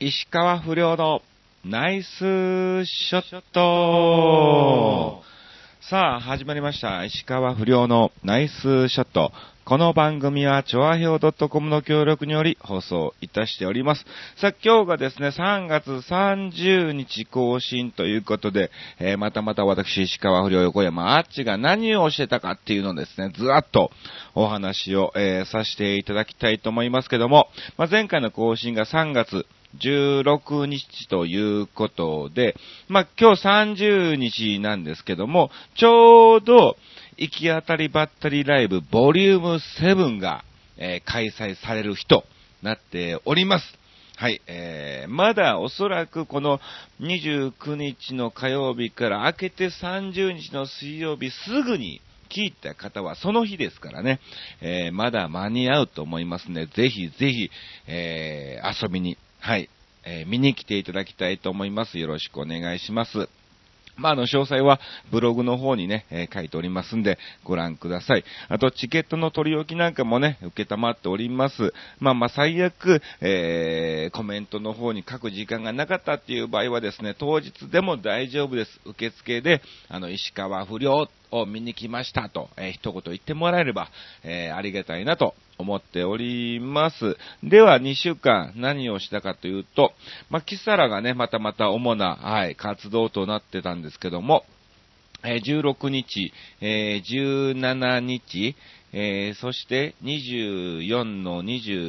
石川不良のナイスショット。さあ、始まりました。石川不良のナイスショット。この番組は、チョアヘオ .com の協力により放送いたしております。さあ、今日がですね、3月30日更新ということで、また私、石川不良横山あっちが何をしてたかっていうのをですね、ずらっとお話を、させていただきたいと思いますけども、前回の更新が3月16日ということで、今日30日なんですけども、ちょうど行き当たりばったりライブボリューム7が、開催される日となっております。はい、まだおそらくこの29日の火曜日から明けて30日の水曜日すぐに聞いた方はその日ですからね、まだ間に合うと思いますので、ぜひぜひ、遊びに、はい、見に来ていただきたいと思います。よろしくお願いします。詳細はブログの方にね、書いておりますんで、ご覧ください。あと、チケットの取り置きなんかもね、受けたまっております。最悪、コメントの方に書く時間がなかったっていう場合はですね、当日でも大丈夫です。受付で、石川不良を見に来ましたと、一言言ってもらえれば、ありがたいなと思っております。では、2週間何をしたかというと、キサラがね、また主な、活動となってたんですけども、16日、17日、そして24の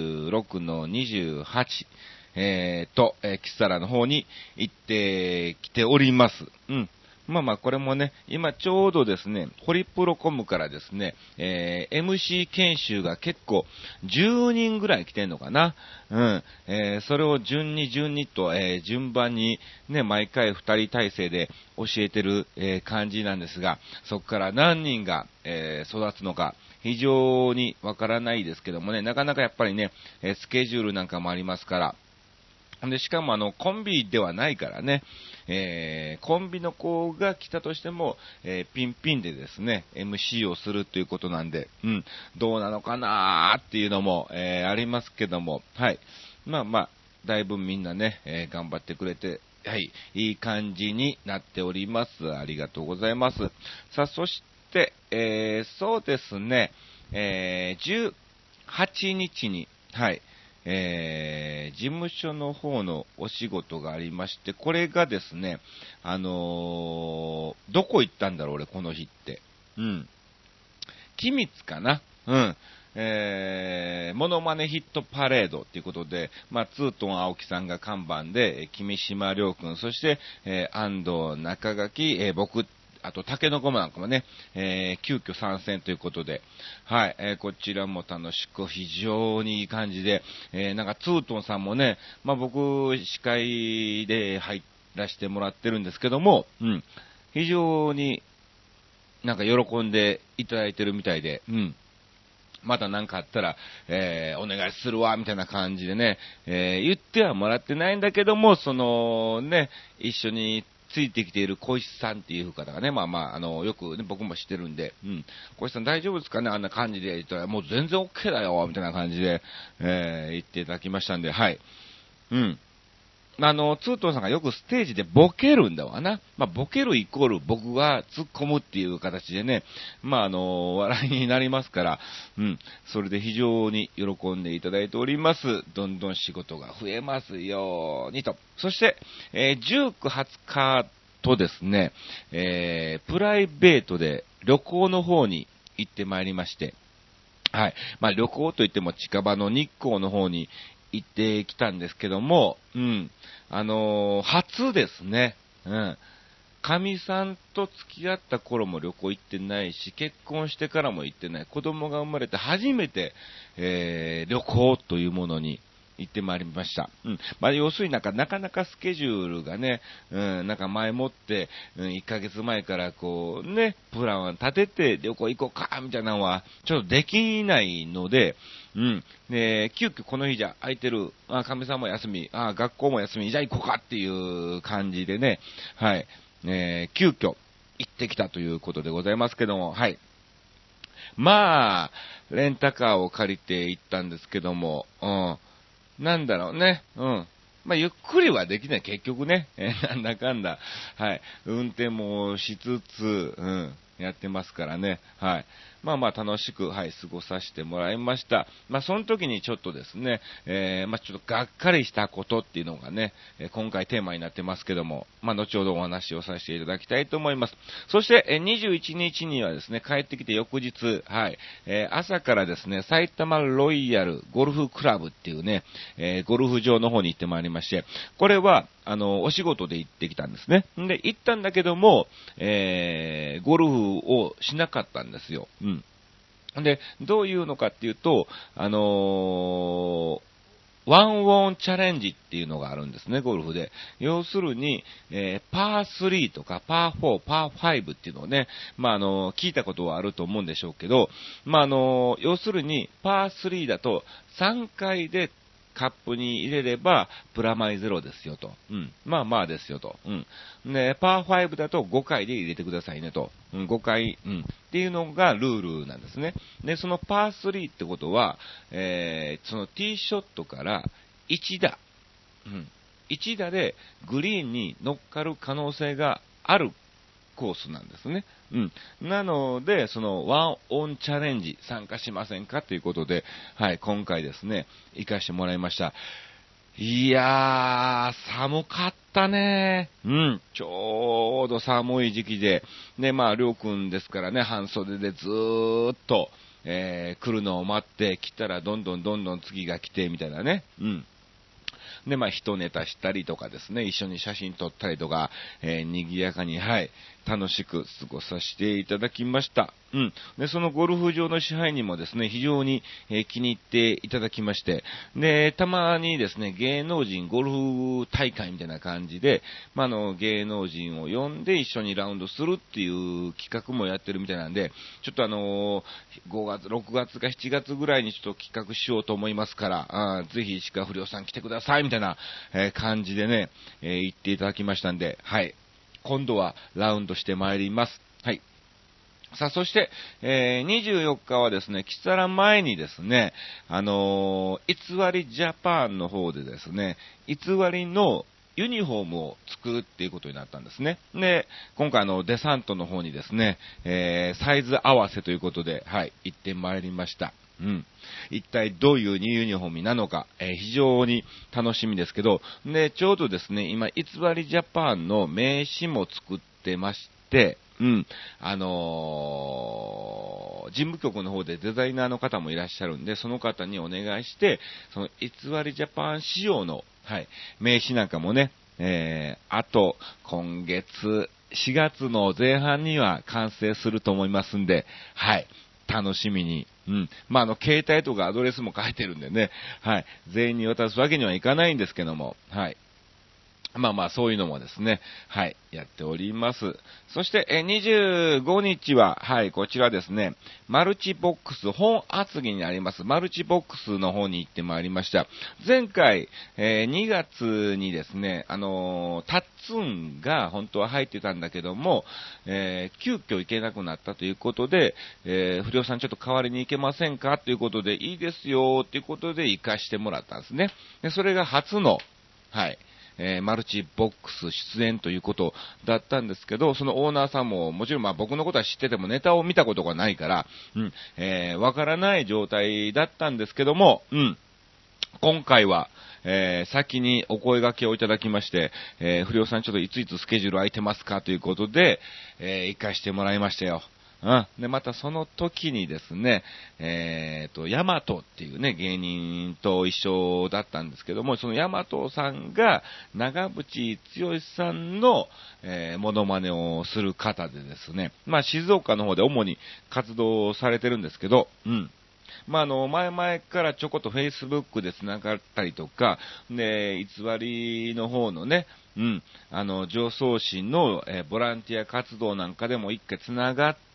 26の28、キサラの方に行ってきております。これもね、今ちょうどですね、ホリプロコムからですね、MC 研修が結構10人ぐらい来てんのかな。それを順にと、順番にね、毎回2人体制で教えてる、感じなんですが、そこから何人が、育つのか、非常にわからないですけどもね、なかなかやっぱりね、スケジュールなんかもありますから、で、しかもコンビではないからね、コンビの子が来たとしても、ピンピンでですね、MC をするということなんで、どうなのかなーっていうのも、ありますけども、はい。だいぶみんなね、頑張ってくれて、はい、いい感じになっております。ありがとうございます。さあ、そして、そうですね、18日に、はい、事務所の方のお仕事がありまして、これがですね、どこ行ったんだろう、俺、この日って。君津かな。モノマネヒットパレードということで、ツートン青木さんが看板で、君島亮君、そして、安藤中垣、僕、あと、竹の子なんかもね、急遽参戦ということで、はい、こちらも楽しく、非常にいい感じで、ツートンさんもね、僕、司会で入らせてもらってるんですけども、非常に喜んでいただいてるみたいで、また何かあったら、お願いするわ、みたいな感じでね、言ってはもらってないんだけども、一緒についてきている小石さんっていう方がね、よくね、僕も知ってるんで、小石さん大丈夫ですかね、あんな感じで言ったら、もう全然 OK だよ、みたいな感じで、言っていただきましたんで、はい。ツートンさんがよくステージでボケるんだわな。ボケるイコール僕が突っ込むっていう形でね、笑いになりますから、それで非常に喜んでいただいております。どんどん仕事が増えますようにと。そして、19、20日とですね、プライベートで旅行の方に行ってまいりまして、はい。旅行といっても近場の日光の方に行ってきたんですけども、初ですね。かみさんと付き合った頃も旅行行ってないし、結婚してからも行ってない。子供が生まれて初めて、旅行というものに行ってまいりました。要するになかなかスケジュールがね、前もって、1ヶ月前からこうね、プランを立てて旅行行こうか、みたいなのは、ちょっとできないので、急遽この日じゃ空いてる、かみさんも休み、学校も休み、じゃあ行こうかっていう感じでね、はい、急遽行ってきたということでございますけども、はい。レンタカーを借りて行ったんですけども、なんだろうね。 まあ、ゆっくりはできない、結局ね。なんだかんだ。はい。運転もしつつ、やってますからね。はい。まあまあ楽しく、はい、過ごさせてもらいました。まあその時にちょっとですね、まあちょっとがっかりしたことっていうのがね、今回テーマになってますけども、まあ後ほどお話をさせていただきたいと思います。そして、21日にはですね、帰ってきて翌日、はい、朝からですね、埼玉ロイヤルゴルフクラブっていうね、ゴルフ場の方に行ってまいりまして、これは、お仕事で行ってきたんですね。で、行ったんだけども、ゴルフをしなかったんですよ。で、どういうのかっていうと、ワンオンチャレンジっていうのがあるんですね、ゴルフで。要するに、パー3とかパー4、パー5っていうのをね、まあ、聞いたことはあると思うんでしょうけど、まあ、要するに、パー3だと3回でカップに入れれば、プラマイゼロですよと。まあまあですよと。で、パー5だと5回で入れてくださいねと。5回、っていうのがルールなんですね。で、そのパー3ってことは、そのティーショットから1打、1打でグリーンに乗っかる可能性があるコースなんですね。なので、そのワンオンチャレンジ参加しませんかということで、はい、今回ですね、行かしてもらいました。いやー、寒かったね。ちょうど寒い時期で、ね、まあ、りょうくんですからね、半袖でずーっと、来るのを待って、来たらどんどん次が来て、みたいなね。で、まあ、一ネタしたりとかですね、一緒に写真撮ったりとか、賑やかに、はい、楽しく過ごさせていただきました。で、そのゴルフ場の支配人もですね、非常に、気に入っていただきまして、で、たまにですね、芸能人ゴルフ大会みたいな感じで、まあ、芸能人を呼んで一緒にラウンドするっていう企画もやってるみたいなんで、ちょっと5月、6月か7月ぐらいにちょっと企画しようと思いますから、ぜひ石川不良さん来てくださいみたいな、感じでね、言っていただきましたんで、はい。今度はラウンドしてまいります。はい。さあ、そして、24日はですね、来たら前にですね、偽りジャパンの方でですね、偽りのユニフォームを作るっていうことになったんですね。で、今回デサントの方にですね、サイズ合わせということで、はい、行ってまいりました。一体どういうニューユニフォームなのか、非常に楽しみですけど、で、ちょうどですね、今、偽りジャパンの名刺も作ってまして、事務局の方でデザイナーの方もいらっしゃるんで、その方にお願いして、その偽りジャパン仕様の、はい、名刺なんかもね、あと、今月、4月の前半には完成すると思いますんで、はい、楽しみに。まあ、携帯とかアドレスも書いてるんでね、はい、全員に渡すわけにはいかないんですけども、はい。まあまあ、そういうのもですね、はい、やっております。そして、25日は、はい、こちらですね、マルチボックス、本厚木にあります、マルチボックスの方に行ってまいりました。前回、2月にですね、タッツンが本当は入ってたんだけども、急遽行けなくなったということで、不良さんちょっと代わりに行けませんかということで、いいですよ、ということで行かしてもらったんですね。で、それが初の、はい、マルチボックス出演ということだったんですけど、そのオーナーさんももちろんまあ僕のことは知っててもネタを見たことがないから、わからない状態だったんですけども、今回は、先にお声掛けをいただきまして、不良さんちょっといついつスケジュール空いてますかということで、行かしてもらいましたよ。で、またその時にですね、ヤマトっていうね、芸人と一緒だったんですけども、そのヤマトさんが、長渕剛さんの、モノマネをする方でですね、まあ、静岡の方で主に活動されてるんですけど、まあ、前々からちょこっと Facebook で繋がったりとか、で、偽りの方のね、上層心の、ボランティア活動なんかでも一回繋がって、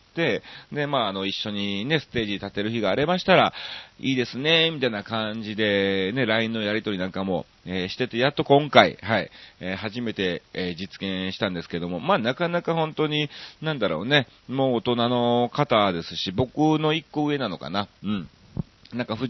で、まあ、一緒にね、ステージ立てる日がありましたら、いいですね、みたいな感じで、ね、LINE のやりとりなんかも、してて、やっと今回、はい、初めて、実現したんですけども、まあ、なかなか本当に、なんだろうね、もう大人の方ですし、僕の一個上なのかな、なんか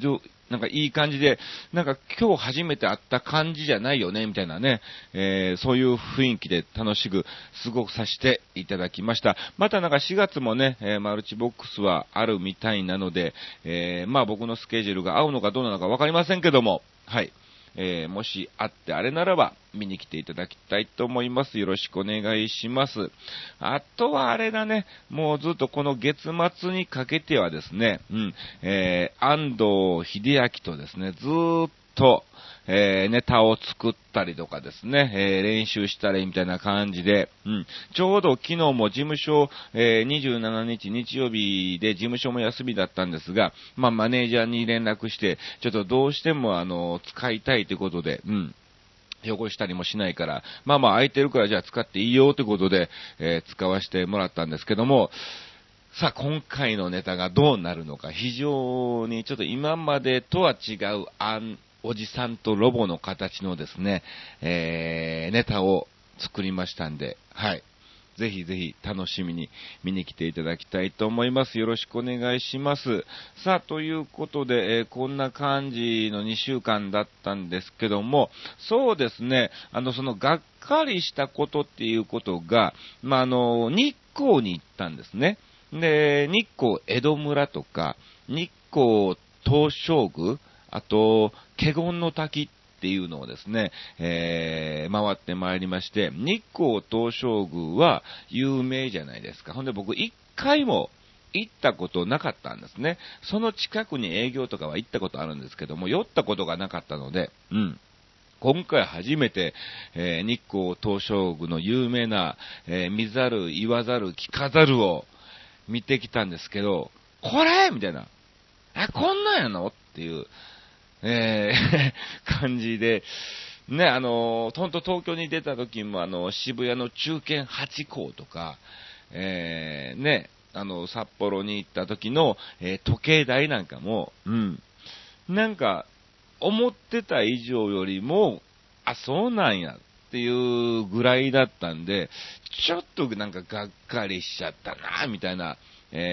なんかいい感じで、なんか今日初めて会った感じじゃないよね、みたいなね、そういう雰囲気で楽しく過ごさせていただきました。またなんか4月もね、マルチボックスはあるみたいなので、まあ僕のスケジュールが合うのかどうなのかわかりませんけども、はい。もしあってあれならば見に来ていただきたいと思います。よろしくお願いします。あとはあれだね、もうずっとこの月末にかけてはですね、安藤秀明とですね、ずーっと、ネタを作ったりとかですね、練習したりみたいな感じで、ちょうど昨日も事務所、27日日曜日で事務所も休みだったんですが、まあマネージャーに連絡して、ちょっとどうしても使いたいということで、汚したりもしないから、まあ空いてるからじゃあ使っていいよということで、使わせてもらったんですけども、さあ今回のネタがどうなるのか、非常にちょっと今までとは違うおじさんとロボの形のですね、ネタを作りましたんで、はい。ぜひぜひ楽しみに見に来ていただきたいと思います。よろしくお願いします。さあ、ということで、こんな感じの2週間だったんですけども、そうですね、そのがっかりしたことっていうことが、日光に行ったんですね。で、日光江戸村とか、日光東照宮、あと、華厳の滝っていうのをですね、回ってまいりまして、日光東照宮は有名じゃないですか。ほんで僕一回も行ったことなかったんですね。その近くに営業とかは行ったことあるんですけども、寄ったことがなかったので、今回初めて、日光東照宮の有名な、見ざる、言わざる、聞かざるを見てきたんですけど、これみたいな。こんなんやのっていう、感じで、ね、ほんと東京に出た時も渋谷の中堅八甲とか、ね、札幌に行った時の、時計台なんかも、なんか、思ってた以上よりも、そうなんやっていうぐらいだったんで、ちょっとなんかがっかりしちゃったな、みたいな、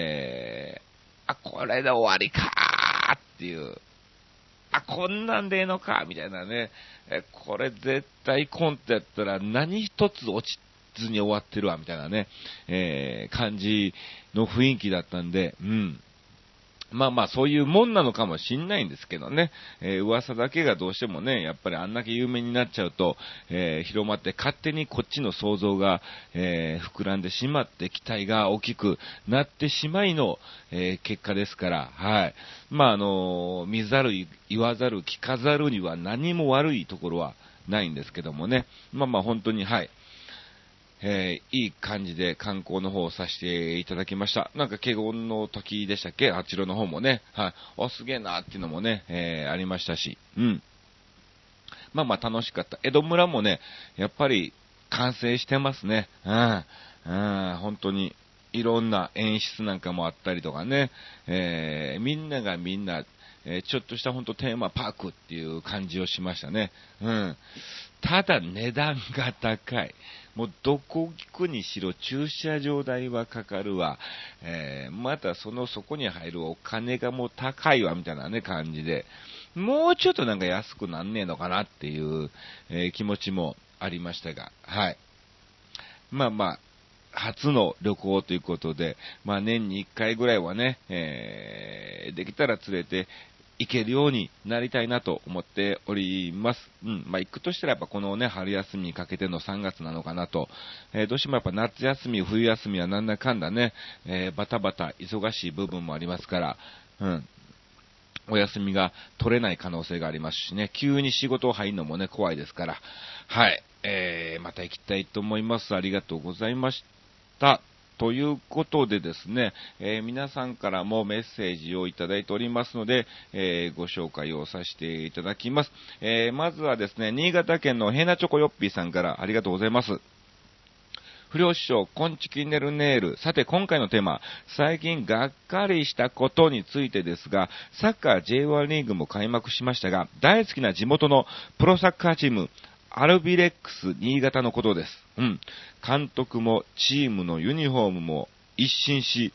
これで終わりかーっていう、こんなんでええのかみたいなね、これ絶対コントやったら何一つ落ちずに終わってるわ、みたいなね、感じの雰囲気だったんで、そういうもんなのかもしんないんですけどね、噂だけがどうしてもね、やっぱりあんだけ有名になっちゃうと、広まって勝手にこっちの想像が、膨らんでしまって期待が大きくなってしまいの、結果ですから、はい。見ざる、言わざる、聞かざるには何も悪いところはないんですけどもね、本当に、はい。いい感じで観光の方をさせていただきました。なんか華厳の時でしたっけ、あちらの方もね、はい、すげえなっていうのもね、ありましたし、楽しかった。江戸村もね、やっぱり完成してますね。本当にいろんな演出なんかもあったりとかね、みんながみんな、ちょっとした本当テーマパークっていう感じをしましたね。ただ値段が高い。もうどこ行くにしろ駐車場代はかかるわ。またそこに入るお金がもう高いわみたいなね感じで、もうちょっとなんか安くなんねえのかなっていう、気持ちもありましたが、はい。初の旅行ということで、年に1回ぐらいはね、できたら連れて行けるようになりたいなと思っております。行くとしたらやっぱこのね、春休みにかけての3月なのかなと。どうしてもやっぱ夏休み、冬休みはなんだかんだね、バタバタ忙しい部分もありますから、お休みが取れない可能性がありますしね、急に仕事を入るのもね、怖いですから、はい、また行きたいと思います。ありがとうございました。ということでですね、皆さんからもメッセージをいただいておりますので、ご紹介をさせていただきます。まずはですね、新潟県のヘナチョコヨッピーさんからありがとうございます。不良師匠、こんちきねるねーる。さて、今回のテーマ、最近がっかりしたことについてですが、サッカー J1 リーグも開幕しましたが、大好きな地元のプロサッカーチーム、アルビレックス新潟のことです。監督もチームのユニフォームも一新し、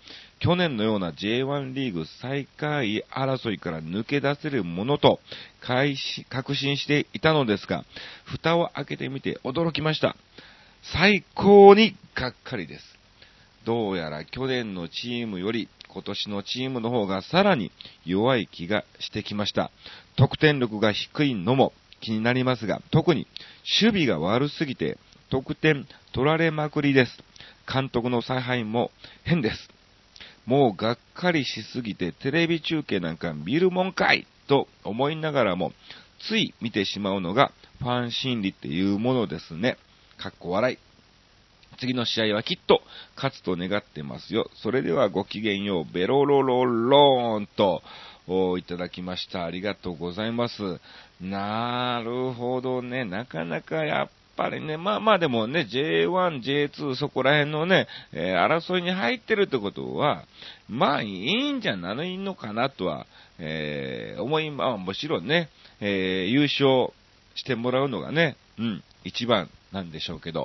去年のような J1 リーグ最下位争いから抜け出せるものと確信していたのですが、蓋を開けてみて驚きました。最高にがっかりです。どうやら去年のチームより今年のチームの方がさらに弱い気がしてきました。得点力が低いのも気になりますが、特に守備が悪すぎて得点取られまくりです。監督の采配も変です。もうがっかりしすぎてテレビ中継なんか見るもんかいと思いながらも、つい見てしまうのがファン心理っていうものですね。かっこ笑い。次の試合はきっと勝つと願ってますよ。それではごきげんよう。ベロロロローンといただきました。ありがとうございます。なるほどね。なかなかやっぱりね、まあでもね、J1、J2 そこら辺のね、争いに入ってるってことは、まあいいんじゃないのかなとは、もちろんね、優勝してもらうのがね、一番なんでしょうけど、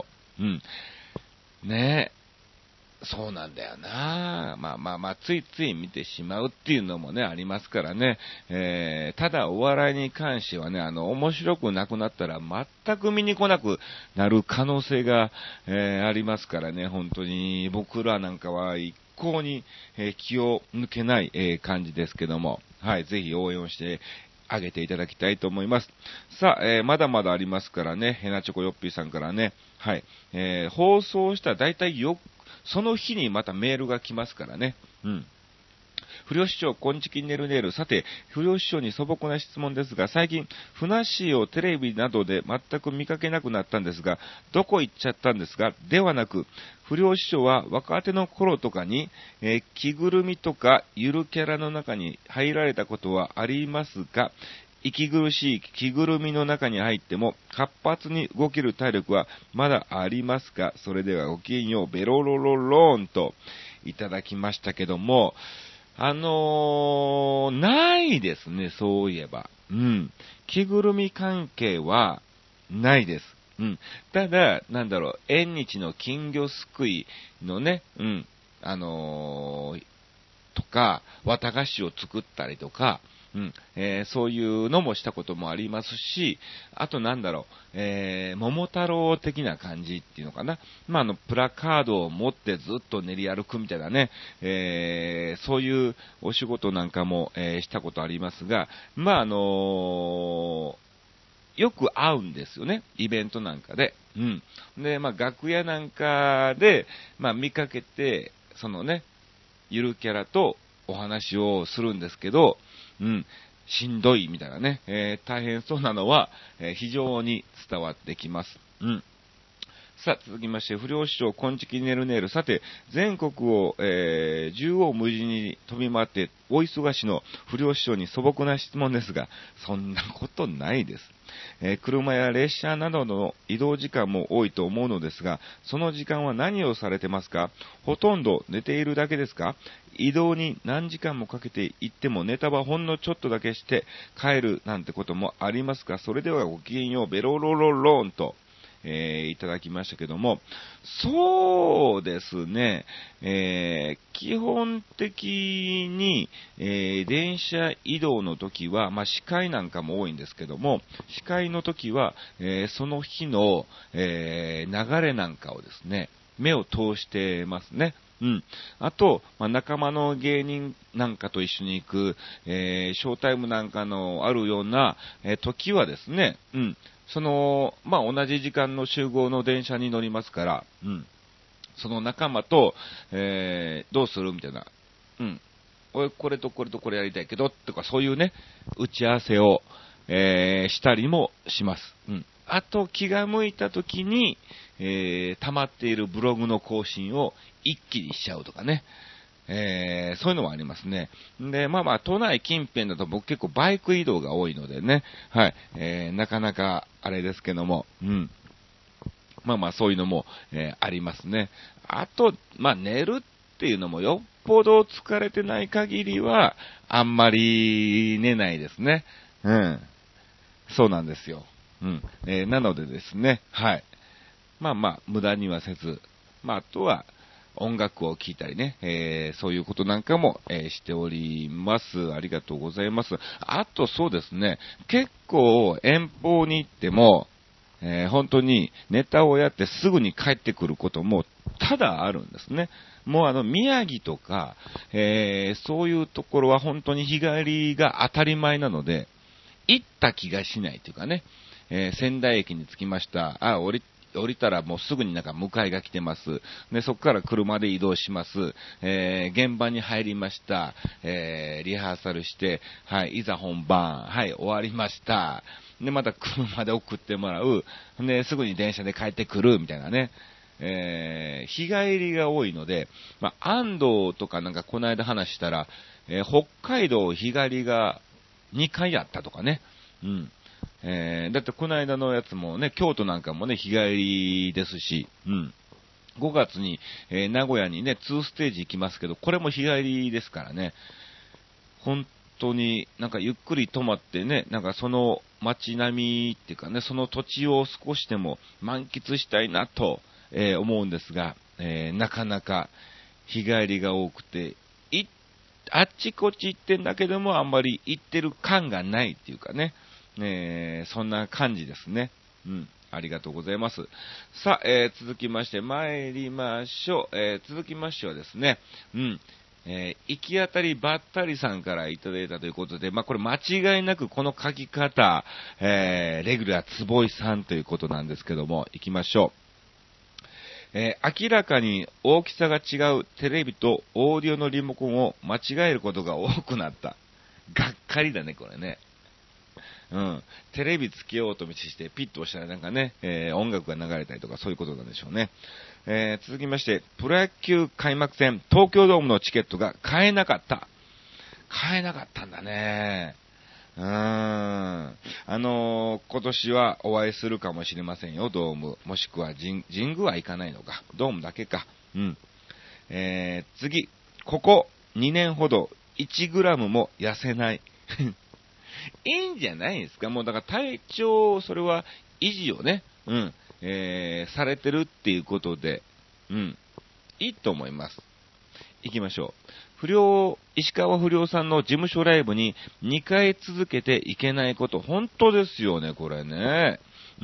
ねえ、そうなんだよな。まあ、ついつい見てしまうっていうのもね、ありますからね。ただお笑いに関してはね、面白くなくなったら全く見に来なくなる可能性が、ありますからね、本当に僕らなんかは一向に、気を抜けない、感じですけども、はい、ぜひ応援をしてあげていただきたいと思います。さあ、まだまだありますからね、ヘナチョコヨッピーさんからね、はい、放送したら大体その日にまたメールが来ますからね。不良師匠、こんちきねるねる。さて、不良師匠に素朴な質問ですが、最近、ふなっしーをテレビなどで全く見かけなくなったんですが、どこ行っちゃったんですか？ではなく、不良師匠は若手の頃とかに、着ぐるみとかゆるキャラの中に入られたことはありますか？息苦しい着ぐるみの中に入っても活発に動ける体力はまだありますか？それではごきげんよう、ベロロロローンといただきましたけども、ないですね、そういえば。着ぐるみ関係はないです。ただ、縁日の金魚すくいのね、とか、綿菓子を作ったりとか、そういうのもしたこともありますし、あと桃太郎的な感じっていうのかな。プラカードを持ってずっと練り歩くみたいなね、そういうお仕事なんかも、したことありますが、よく会うんですよね。イベントなんかで。で、楽屋なんかで、見かけて、そのね、ゆるキャラとお話をするんですけど、しんどいみたいなね、大変そうなのは、非常に伝わってきます。さあ、続きまして、不良師匠、こんちきねるねる。さて、全国を、縦横無尽に飛び回って、お忙しの不良師匠に素朴な質問ですが、そんなことないです。車や列車などの移動時間も多いと思うのですが、その時間は何をされてますか？ほとんど寝ているだけですか？移動に何時間もかけて行ってもネタはほんのちょっとだけして帰るなんてこともありますか？それではごきげんよう、ベロロロローンと。いただきましたけども、そうですね、基本的に、電車移動の時は、司会なんかも多いんですけども、司会の時は、その日の、流れなんかをですね、目を通してますね。あと、仲間の芸人なんかと一緒に行く、ショータイムなんかのあるような、時はですね、同じ時間の集合の電車に乗りますから、その仲間と、どうするみたいな、俺これとこれとこれやりたいけど、とかそういうね、打ち合わせを、したりもします。あと、気が向いた時に、溜まっているブログの更新を一気にしちゃうとかね。そういうのもありますね。で、都内近辺だと僕結構バイク移動が多いのでね。はい。なかなかあれですけども。そういうのも、ありますね。あと、寝るっていうのもよっぽど疲れてない限りは、あんまり寝ないですね。そうなんですよ。なのでですね。はい。無駄にはせず。あとは、 音楽を聴いたりね、そういうことなんかも、しております。ありがとうございます。あとそうですね、結構遠方に行っても、本当にネタをやってすぐに帰ってくることも多々あるんですね。もう宮城とか、そういうところは本当に日帰りが当たり前なので、行った気がしないというかね、仙台駅に着きました。降りたらもうすぐになんか迎えが来てます。で、そこから車で移動します。現場に入りました。リハーサルして、はい、いざ本番。はい、終わりました。で、また車で送ってもらう。で、すぐに電車で帰ってくる、みたいなね。日帰りが多いので、安藤とかなんかこの間話したら、北海道日帰りが2回あったとかね。うん。だってこの間のやつもね、京都なんかもね、日帰りですし、うん。5月に、名古屋にね、2ステージ行きますけど、これも日帰りですからね。本当になんかゆっくり泊まってね、なんかその街並みっていうかね、その土地を少しでも満喫したいなと、思うんですが、なかなか日帰りが多くて、あっちこっち行ってんだけども、あんまり行ってる感がないっていうかね、そんな感じですね。うん。ありがとうございます。さあ、続きまして参りましょう。続きましてはですね、うん。行き当たりばったりさんからいただいたということで、これ間違いなくこの書き方、レギュラー坪井さんということなんですけども、行きましょう。明らかに大きさが違うテレビとオーディオのリモコンを間違えることが多くなった。がっかりだね、これね。うん。テレビつけようとしてピッと押したらなんかね、音楽が流れたりとかそういうことなんでしょうね。続きまして、プロ野球開幕戦、東京ドームのチケットが買えなかった。買えなかったんだね。今年はお会いするかもしれませんよ、ドーム。もしくは神宮は行かないのか。ドームだけか。うん。次。ここ2年ほど1グラムも痩せない。いいんじゃないですか。もうだから体調、それは維持をね、うん、されてるっていうことで、うん、いいと思います。行きましょう。石川不良さんの事務所ライブに2回続けていけないこと、本当ですよね、これね。うん。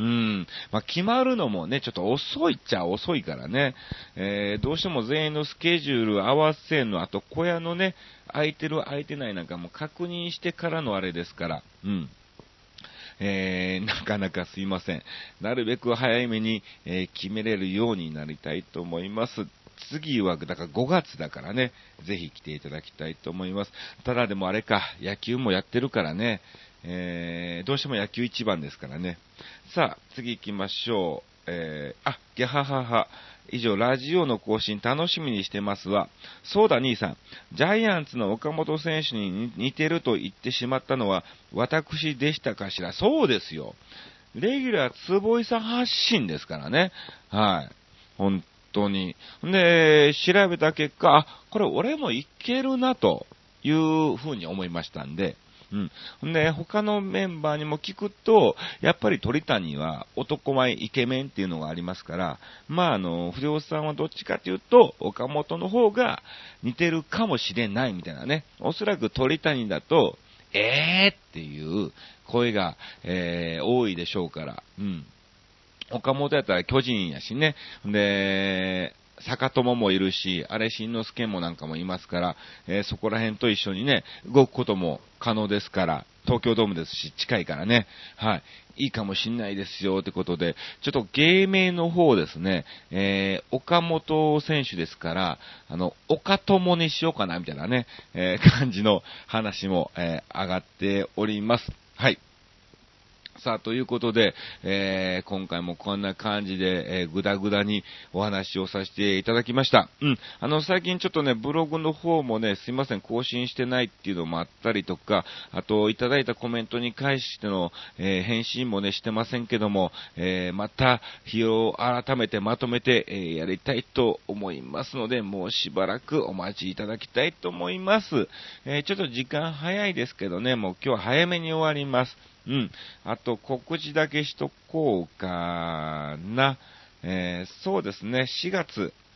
決まるのもね、ちょっと遅いっちゃ遅いからね。どうしても全員のスケジュール合わせんの、あと小屋のね、空いてる空いてないなんかも確認してからのあれですから。うん。なかなかすいません。なるべく早めに、決めれるようになりたいと思います。次は、だから5月だからね、ぜひ来ていただきたいと思います。ただでもあれか、野球もやってるからね、どうしても野球一番ですからね。さあ、次行きましょう。ギャハハハ。以上、ラジオの更新楽しみにしてますわ。そうだ、兄さん。ジャイアンツの岡本選手に似てると言ってしまったのは、私でしたかしら。そうですよ。レギュラー坪井さん発信ですからね。はい。本当に。で、調べた結果、これ俺もいけるな、というふうに思いましたんで、うん。で、他のメンバーにも聞くと、やっぱり鳥谷は男前イケメンっていうのがありますから、不良さんはどっちかというと、岡本の方が似てるかもしれないみたいなね。おそらく鳥谷だと、っていう声が、多いでしょうから、うん。岡本やったら巨人やしね。で、坂友もいるし、あれ新之助もなんかもいますから、そこら辺と一緒にね、動くことも可能ですから、東京ドームですし、近いからね、はい、いいかもしんないですよ、ってことで、ちょっと芸名の方ですね、岡本選手ですから、岡友にしようかな、みたいなね、感じの話も、上がっております。はい。さあ、ということで、今回もこんな感じで、ぐだぐだにお話をさせていただきました。うん。最近ちょっとね、ブログの方もね、すいません、更新してないっていうのもあったりとか、あと、いただいたコメントに関しての、返信もね、してませんけども、また、日を改めてまとめて、やりたいと思いますので、もうしばらくお待ちいただきたいと思います。ちょっと時間早いですけどね、もう今日は早めに終わります。うん。あと、告知だけしとこうかな。そうですね、4月。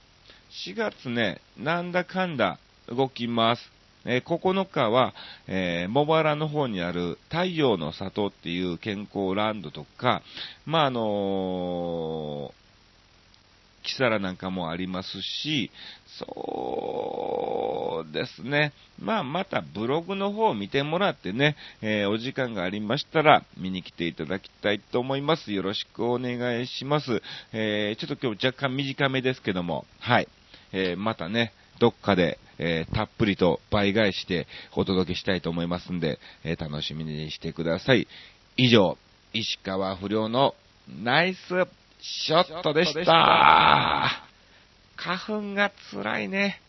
4月ね、なんだかんだ動きます。9日は、茂原の方にある太陽の里っていう健康ランドとか、キサラなんかもありますし、そうですね。またブログの方を見てもらってね、お時間がありましたら見に来ていただきたいと思います。よろしくお願いします。ちょっと今日若干短めですけども、はい。またね、どっかで、たっぷりと倍返してお届けしたいと思いますんで、楽しみにしてください。以上、石川不良のナイスショットでした。花粉が辛いね。